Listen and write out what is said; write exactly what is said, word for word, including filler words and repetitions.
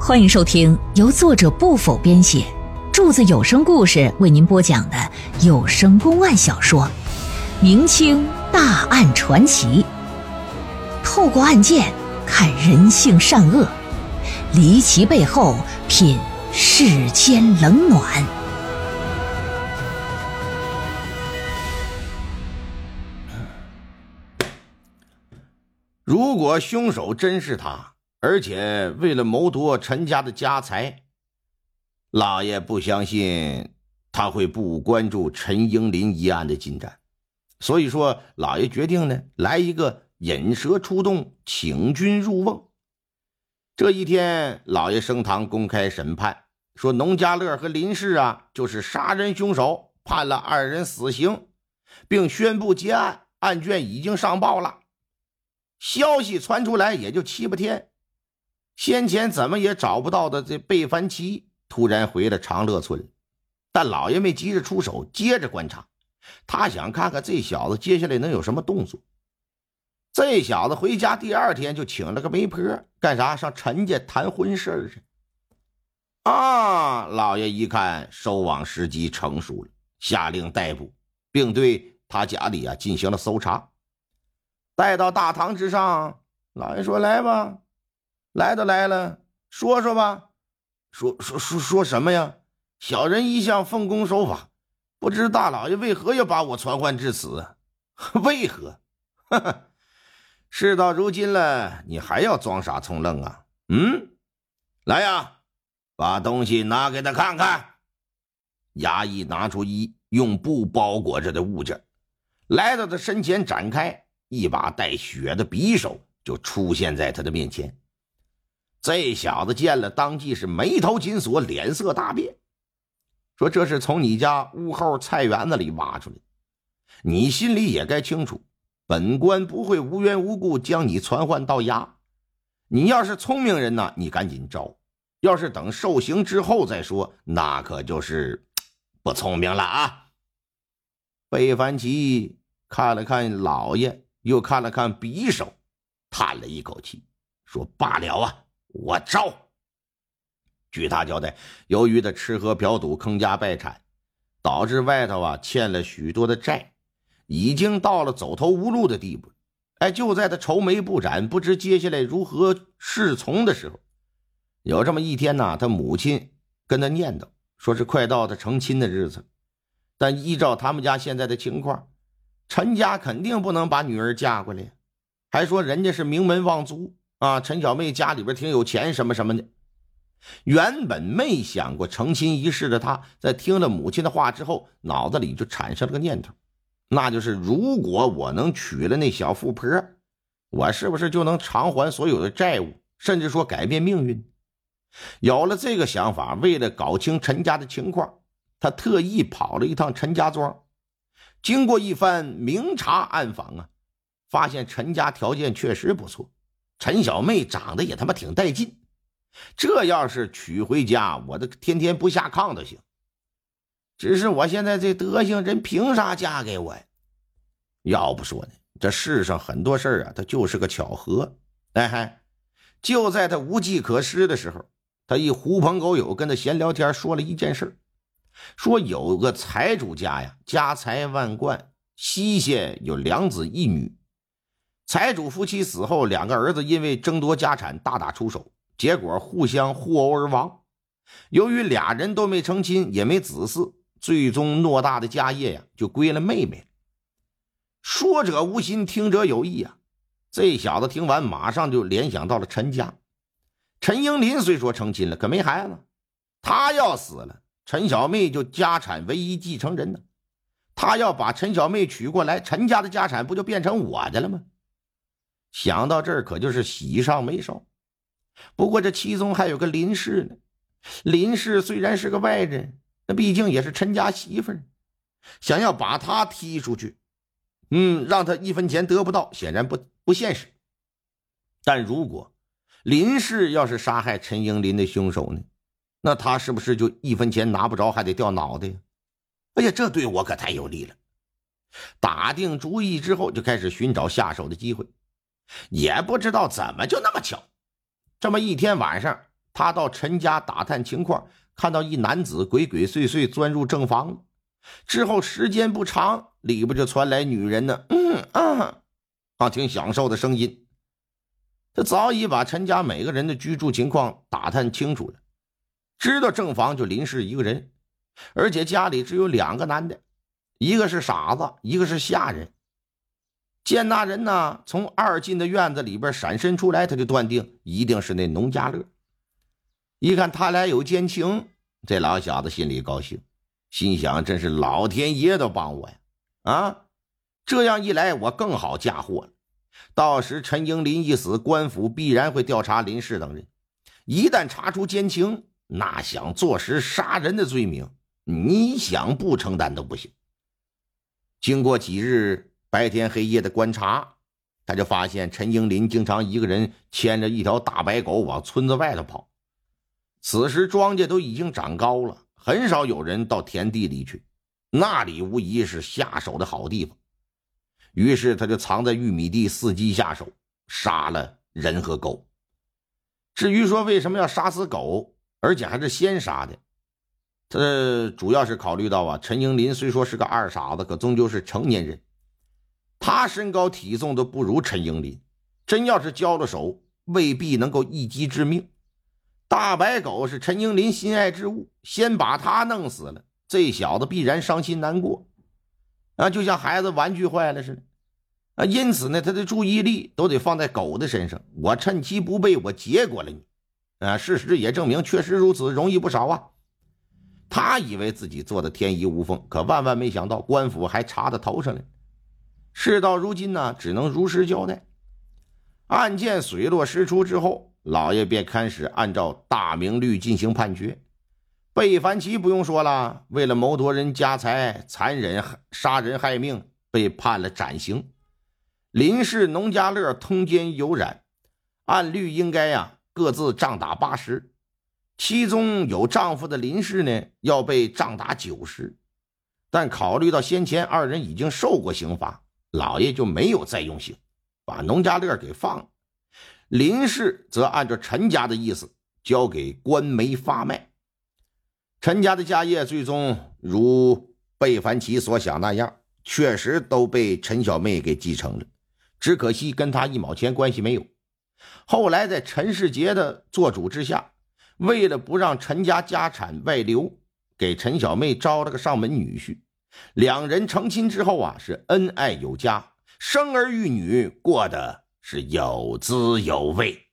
欢迎收听由作者不否编写，柱子有声故事为您播讲的有声公案小说《明清大案传奇》，透过案件看人性善恶，离奇背后品世间冷暖。 如果凶手真是他，而且为了谋夺陈家的家财，老爷不相信他会不关注陈英林一案的进展。所以说老爷决定呢，来一个引蛇出洞，请君入瓮。这一天老爷升堂公开审判，说农家乐和林氏啊就是杀人凶手，判了二人死刑，并宣布结案，案卷已经上报了。消息传出来也就七八天，先前怎么也找不到的这贝凡奇突然回了长乐村，但老爷没急着出手，接着观察，他想看看这小子接下来能有什么动作。这小子回家第二天就请了个媒婆，干啥？上陈家谈婚事去。啊，老爷一看收网时机成熟了，下令逮捕，并对他家里啊进行了搜查。带到大堂之上，老爷说：“来吧，来都来了，说说吧。说说说说什么呀？小人一向奉公守法，不知大老爷为何要把我传唤至此？为何？哈哈，事到如今了，你还要装傻充愣啊？嗯，来呀，把东西拿给他看看。”衙役拿出一用布包裹着的物件，来到他身前展开。一把带血的匕首就出现在他的面前。这小子见了当即是眉头紧锁，脸色大变，说：“这是从你家屋后菜园子里挖出来的，你心里也该清楚，本官不会无缘无故将你传唤到衙。你要是聪明人呢，你赶紧招；要是等受刑之后再说，那可就是不聪明了啊。”贝凡奇看了看老爷，又看了看匕首，叹了一口气，说：“罢了啊，我招。”据他交代，由于他吃喝嫖赌，坑家败产，导致外头啊欠了许多的债，已经到了走投无路的地步。哎，就在他愁眉不展，不知接下来如何是从的时候，有这么一天呢，他母亲跟他念叨，说是快到他成亲的日子，但依照他们家现在的情况，陈家肯定不能把女儿嫁过来，还说人家是名门望族啊，陈小妹家里边挺有钱什么什么的。原本没想过成亲一事的他，在听了母亲的话之后，脑子里就产生了个念头，那就是如果我能娶了那小富婆，我是不是就能偿还所有的债务，甚至说改变命运？有了这个想法，为了搞清陈家的情况，他特意跑了一趟陈家庄。经过一番明察暗访啊，发现陈家条件确实不错，陈小妹长得也他妈挺带劲，这要是娶回家，我的天天不下炕都行。只是我现在这德行，人凭啥嫁给我呀？要不说呢，这世上很多事儿啊，它就是个巧合。哎嗨，就在他无计可施的时候，他一狐朋狗友跟他闲聊天，说了一件事，说有个财主家呀，家财万贯，膝下有两子一女。财主夫妻死后，两个儿子因为争夺家产大打出手，结果互相互殴而亡。由于俩人都没成亲，也没子嗣，最终偌大的家业呀就归了妹妹。说者无心，听者有意啊。这小子听完马上就联想到了陈家。陈英林虽说成亲了，可没孩子，他要死了，陈小妹就家产唯一继承人呢。他要把陈小妹娶过来，陈家的家产不就变成我的了吗？想到这儿，可就是喜上眉梢。不过这其中还有个林氏呢。林氏虽然是个外人，那毕竟也是陈家媳妇儿，想要把她踢出去，嗯，让她一分钱得不到，显然不不现实。但如果林氏要是杀害陈英林的凶手呢，那他是不是就一分钱拿不着，还得掉脑袋呀？哎呀，这对我可太有利了。打定主意之后，就开始寻找下手的机会。也不知道怎么就那么巧，这么一天晚上， 他到陈家打探情况，看到一男子鬼鬼祟祟钻入正房了。之后时间不长，里边就传来女人的嗯啊啊挺享受的声音。他早已把陈家每个人的居住情况打探清楚了，知道正房就林氏一个人，而且家里只有两个男的，一个是傻子，一个是下人。见那人呢从二进的院子里边闪身出来，他就断定一定是那农家乐。一看他俩有奸情，这老小子心里高兴，心想真是老天爷都帮我呀！啊，这样一来我更好嫁祸了。到时陈英林一死，官府必然会调查林氏等人，一旦查出奸情，那想坐实杀人的罪名，你想不承担都不行。经过几日白天黑夜的观察，他就发现陈英林经常一个人牵着一条大白狗往村子外头跑。此时庄稼都已经长高了，很少有人到田地里去，那里无疑是下手的好地方。于是他就藏在玉米地伺机下手，杀了人和狗。至于说为什么要杀死狗，而且还是先杀的，他主要是考虑到啊，陈英林虽说是个二傻子，可终究是成年人，他身高体重都不如陈英林，真要是交了手，未必能够一击致命。大白狗是陈英林心爱之物，先把他弄死了，这小子必然伤心难过啊，就像孩子玩具坏了似的啊。因此呢，他的注意力都得放在狗的身上，我趁其不备，我结果了你啊。事实也证明确实如此，容易不少啊。他以为自己做的天衣无缝，可万万没想到官府还查到头上来。事到如今呢，只能如实交代。案件水落石出之后，老爷便开始按照大明律进行判决。贝凡奇不用说了，为了谋夺人家财，残忍杀人害命，被判了斩刑。林氏、农家乐通奸有染，按律应该呀各自杖打八十，其中有丈夫的林氏呢要被杖打九十。但考虑到先前二人已经受过刑罚，老爷就没有再用刑，把农家乐给放了。林氏则按照陈家的意思交给官媒发卖。陈家的家业最终如贝凡奇所想那样，确实都被陈小妹给继承了，只可惜跟他一毛钱关系没有。后来在陈世杰的做主之下，为了不让陈家家产外流，给陈小妹招了个上门女婿。两人成亲之后啊，是恩爱有加，生儿育女，过得是有滋有味。